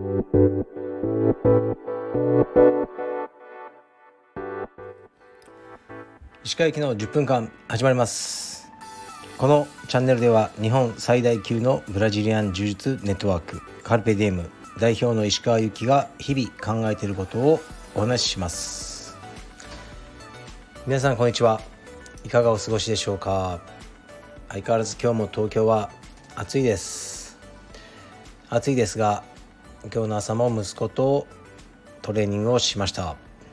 石川行きの10分間始まります。このチャンネルでは日本最大級のブラジリアン柔術ネットワークカルペディエム代表の石川行きが日々考えていることをお話しします。皆さんこんにちは。いかがお過ごしでしょうか。相変わらず今日も東京は暑いです。暑いですが、今日の朝も息子とトレーニングをしました。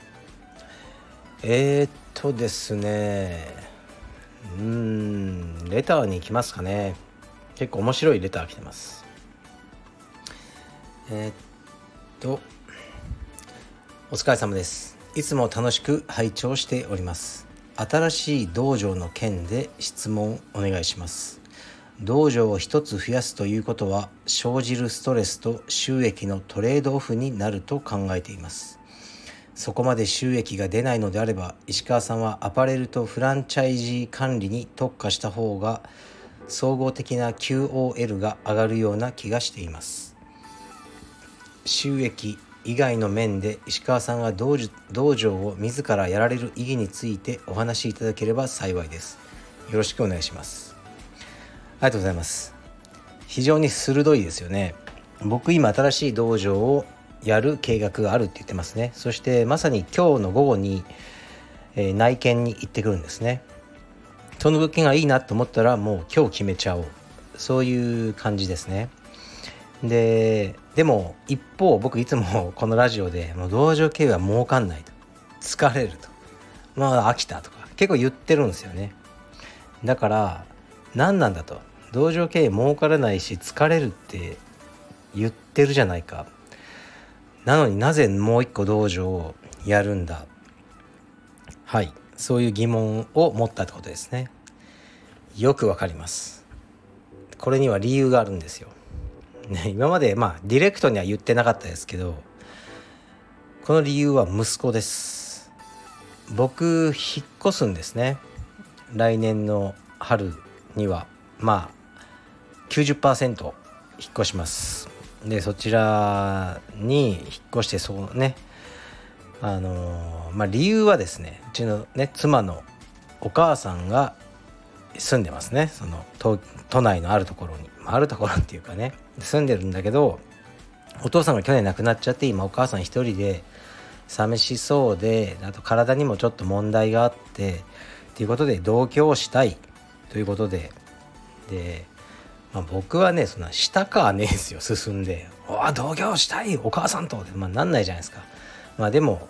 ですねレターに行きますかね。結構面白いレター来てます。お疲れ様です。いつも楽しく拝聴しております。新しい道場の件で質問お願いします。道場を一つ増やすということは生じるストレスと収益のトレードオフになると考えています。そこまで収益が出ないのであれば、石川さんはアパレルとフランチャイジー管理に特化した方が総合的な QOL が上がるような気がしています。収益以外の面で石川さんが道場を自らやられる意義についてお話しいただければ幸いです。よろしくお願いします。ありがとうございます。非常に鋭いですよね。僕今新しい道場をやる計画があるって言ってますね。そしてまさに今日の午後に、内見に行ってくるんですね。その物件がいいなと思ったらもう今日決めちゃおう、そういう感じですね。でも一方僕いつもこのラジオでもう道場経営は儲かんないと、疲れると、飽きたとか結構言ってるんですよね。だから何なんだと、道場経営儲からないし疲れるって言ってるじゃないか、なのになぜもう一個道場をやるんだ。はい、そういう疑問を持ったってことですね。よくわかります。これには理由があるんですよ、ね、今までディレクトには言ってなかったですけど、この理由は息子です。僕引っ越すんですね。来年の春には90% 引っ越します。でそちらに引っ越してそうね、理由はですね、うちのね妻のお母さんが住んでますね。その都内のあるところに、あるところっていうかね住んでるんだけど、お父さんが去年亡くなっちゃって今お母さん一人で寂しそうで、あと体にもちょっと問題があってっていうことで同居をしたいということで、僕はねそんなしたかはねえですよ。進んで同居したいお母さんとなんないじゃないですか。でも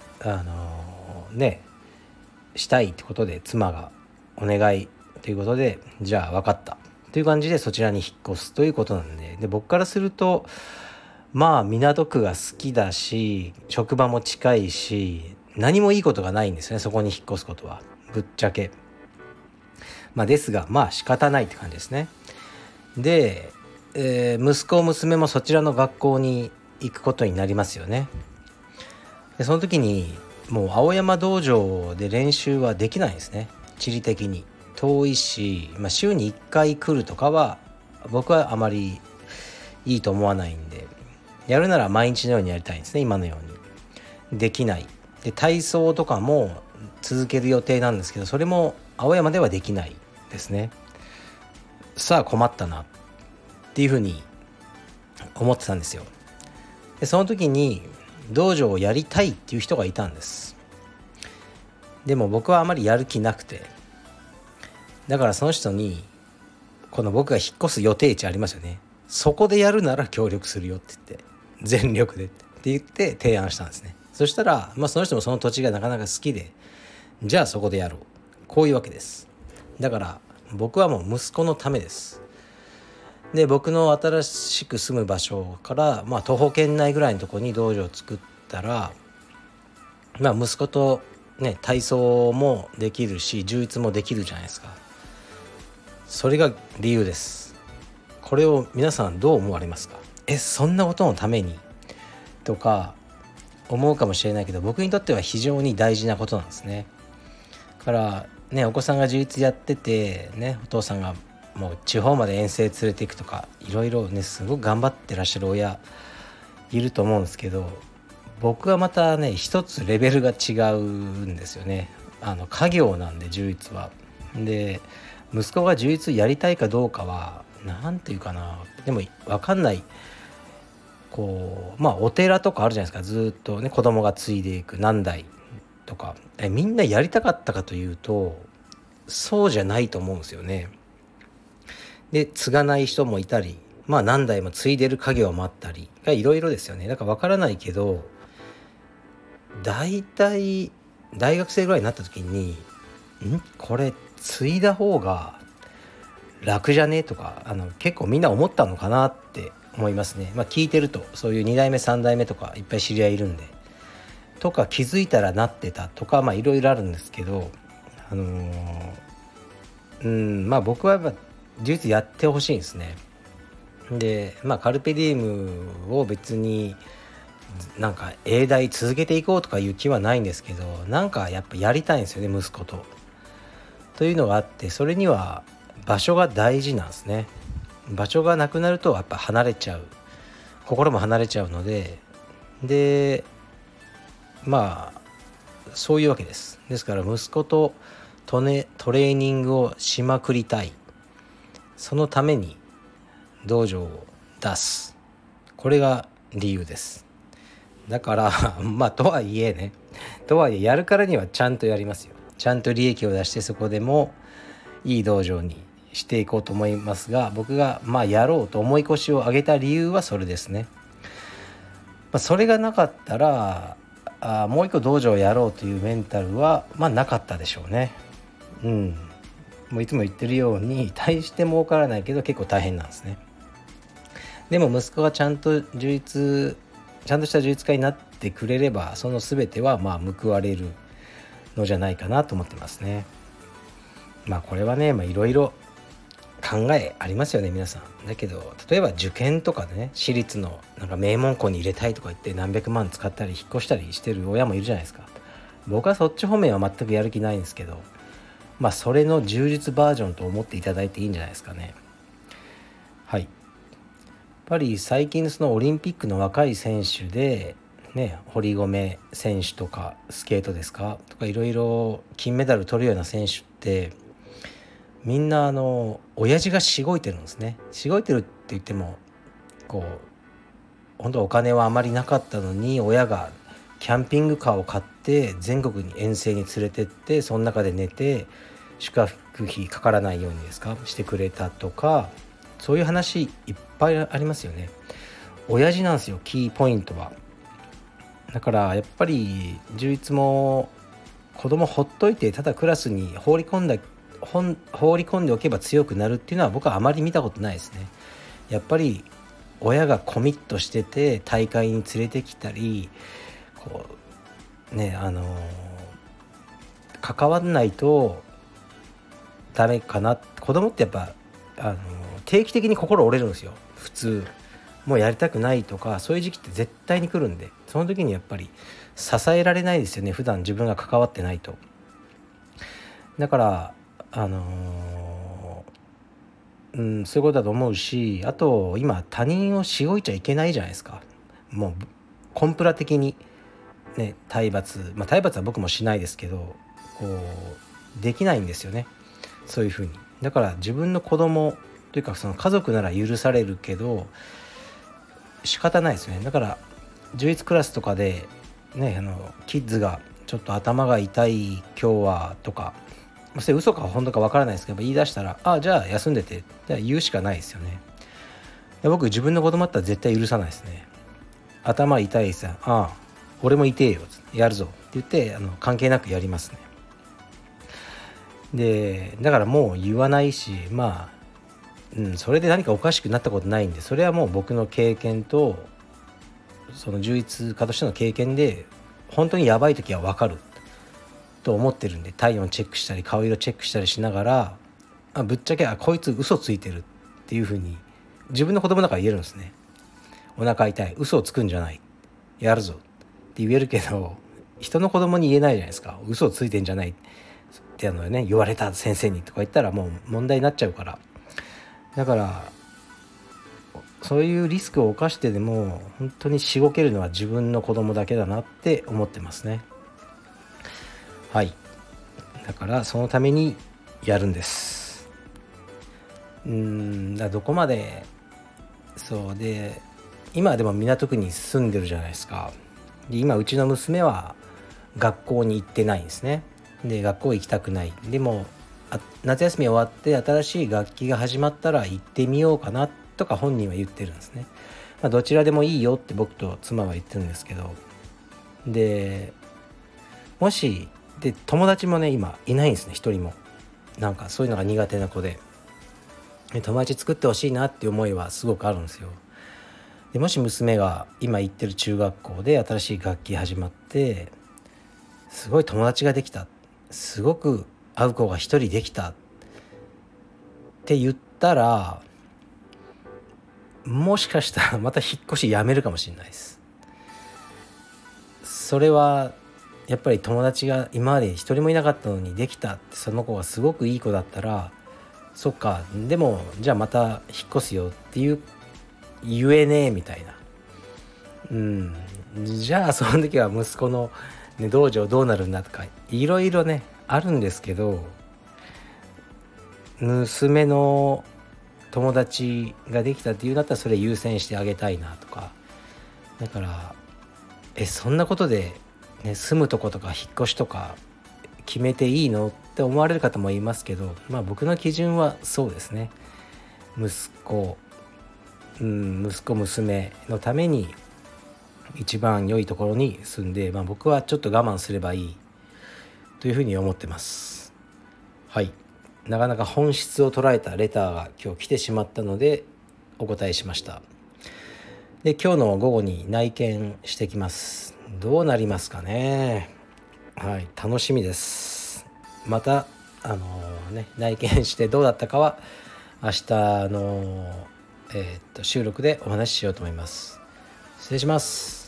したいってことで妻がお願いということで、じゃあ分かったという感じでそちらに引っ越すということなんで、僕からすると港区が好きだし職場も近いし何もいいことがないんですね、そこに引っ越すことはぶっちゃけ。ですが仕方ないって感じですね。で、息子娘もそちらの学校に行くことになりますよね。でその時にもう青山道場で練習はできないんですね。地理的に遠いし、週に1回来るとかは僕はあまりいいと思わないんで、やるなら毎日のようにやりたいんですね。今のようにできない。で体操とかも続ける予定なんですけど、それも青山ではできないですね。さあ困ったなっていうふうに思ってたんですよ。でその時に道場をやりたいっていう人がいたんです。でも僕はあまりやる気なくて、だからその人にこの僕が引っ越す予定地ありますよね、そこでやるなら協力するよって言って、全力でって言って提案したんですね。そしたらその人もその土地がなかなか好きで、じゃあそこでやろう、こういうわけです。だから僕はもう息子のためです。で僕の新しく住む場所から徒歩圏内ぐらいのところに道場を作ったら、息子とね体操もできるし充実もできるじゃないですか。それが理由です。これを皆さんどう思われますか。そんなことのためにとか思うかもしれないけど、僕にとっては非常に大事なことなんですね。だからね、お子さんが充実やっててね、お父さんがもう地方まで遠征連れていくとかいろいろねすごく頑張ってらっしゃる親いると思うんですけど、僕はまたね一つレベルが違うんですよね。家業なんで柔術は。で息子が柔術やりたいかどうかはなんていうかな、でも分かんない。こうお寺とかあるじゃないですか、ずっとね子供が継いでいく何代とか、みんなやりたかったかというとそうじゃないと思うんですよね。で継がない人もいたり、何代も継いでる家業もあったりがいろいろですよね。だから分からないけど、大体大学生ぐらいになった時にこれ継いだ方が楽じゃねとか結構みんな思ったのかなって思いますね。聞いてるとそういう2代目3代目とかいっぱい知り合いいるんで、とか気づいたらなってたとかいろいろあるんですけど、僕はやっぱ柔術やってほしいんですね。でカルペディウムを別になんか永代続けていこうとかいう気はないんですけど、なんかやっぱやりたいんですよね、息子と。というのがあって、それには場所が大事なんですね。場所がなくなるとやっぱ離れちゃう、心も離れちゃうので、そういうわけです。ですから息子とトレーニングをしまくりたい、そのために道場を出す、これが理由です。だからとはいえやるからにはちゃんとやりますよ。ちゃんと利益を出して、そこでもいい道場にしていこうと思いますが、僕がやろうと思い越しを上げた理由はそれですね。それがなかったらもう一個道場をやろうというメンタルはなかったでしょうね。もういつも言ってるように大して儲からないけど結構大変なんですね。でも息子がちゃんとした充実家になってくれれば、その全ては報われるのじゃないかなと思ってますね。これはねいろいろ考えありますよね、皆さん。だけど例えば受験とかでね、私立のなんか名門校に入れたいとか言って何百万使ったり引っ越したりしてる親もいるじゃないですか。僕はそっち方面は全くやる気ないんですけど、それの充実バージョンと思っていただいていいんじゃないですかね。はい。やっぱり最近そのオリンピックの若い選手でね、堀米選手とかスケートですかとかいろいろ金メダル取るような選手ってみんな親父がしごいてるんですね。しごいてるって言っても本当お金はあまりなかったのに親がキャンピングカーを買って全国に遠征に連れてって、その中で寝て宿泊費かからないようにしてくれたとか、そういう話いっぱいありますよね。親父なんですよ、キーポイントは。だからやっぱり充実も子供ほっといてただクラスに放り込んでおけば強くなるっていうのは僕はあまり見たことないですね。やっぱり親がコミットしてて大会に連れてきたり関わんないとダメかな。子供ってやっぱ定期的に心折れるんですよ、普通。もうやりたくないとかそういう時期って絶対に来るんで、その時にやっぱり支えられないですよね、普段自分が関わってないと。だからそういうことだと思うし、あと今他人をしごいちゃいけないじゃないですか。もうコンプラ的にね、体罰体罰は僕もしないですけどできないんですよね、そういうふうに。だから自分の子供というかその家族なら許されるけど仕方ないですよね。だから充実クラスとかでね、キッズがちょっと頭が痛い今日はとか、それ嘘か本当か分からないですけど言い出したらじゃあ休んでて、じゃあ言うしかないですよね。で僕自分の子供だったら絶対許さないですね。頭痛いさ、俺も痛えよやるぞって言って関係なくやりますね。でだからもう言わないし、それで何かおかしくなったことないんで、それはもう僕の経験とその充実家としての経験で本当にやばい時は分かると思ってるんで、体温チェックしたり顔色チェックしたりしながらぶっちゃけこいつ嘘ついてるっていう風に自分の子供の中で言えるんですね。お腹痛い、嘘をつくんじゃない、やるぞって言えるけど、人の子供に言えないじゃないですか。嘘をついてんじゃないって言われた先生にとか言ったらもう問題になっちゃうから。だからそういうリスクを冒してでも本当にしごけるのは自分の子供だけだなって思ってますね。はい。だからそのためにやるんです。どこまでそうで、今でも港区に住んでるじゃないですか。で今うちの娘は学校に行ってないんですね。で学校行きたくない。でも夏休み終わって新しい学期が始まったら行ってみようかなとか本人は言ってるんですね。どちらでもいいよって僕と妻は言ってるんですけど、でもしで友達もね今いないんですね、一人も。なんかそういうのが苦手な子で、友達作ってほしいなっていう思いはすごくあるんですよ。でもし娘が今行ってる中学校で新しい学期始まってすごい友達ができた、すごく会う子が一人できたって言ったら、もしかしたらまた引っ越しやめるかもしれないです。それはやっぱり友達が今まで一人もいなかったのにできたって、その子がすごくいい子だったら、そっか、でもじゃあまた引っ越すよっていう言えねえみたいな。じゃあその時は息子の、ね、道場どうなるんだとかいろいろねあるんですけど、娘の友達ができたっていうんだったらそれ優先してあげたいなとか。だからそんなことで、ね、住むとことか引っ越しとか決めていいのって思われる方もいますけど、僕の基準はそうですね。息子娘のために一番良いところに住んで、僕はちょっと我慢すればいいというふうに思ってます。はい。なかなか本質を捉えたレターが今日来てしまったのでお答えしました。で今日の午後に内見してきます。どうなりますかね。はい、楽しみです。また内見してどうだったかは明日の収録でお話ししようと思います。失礼します。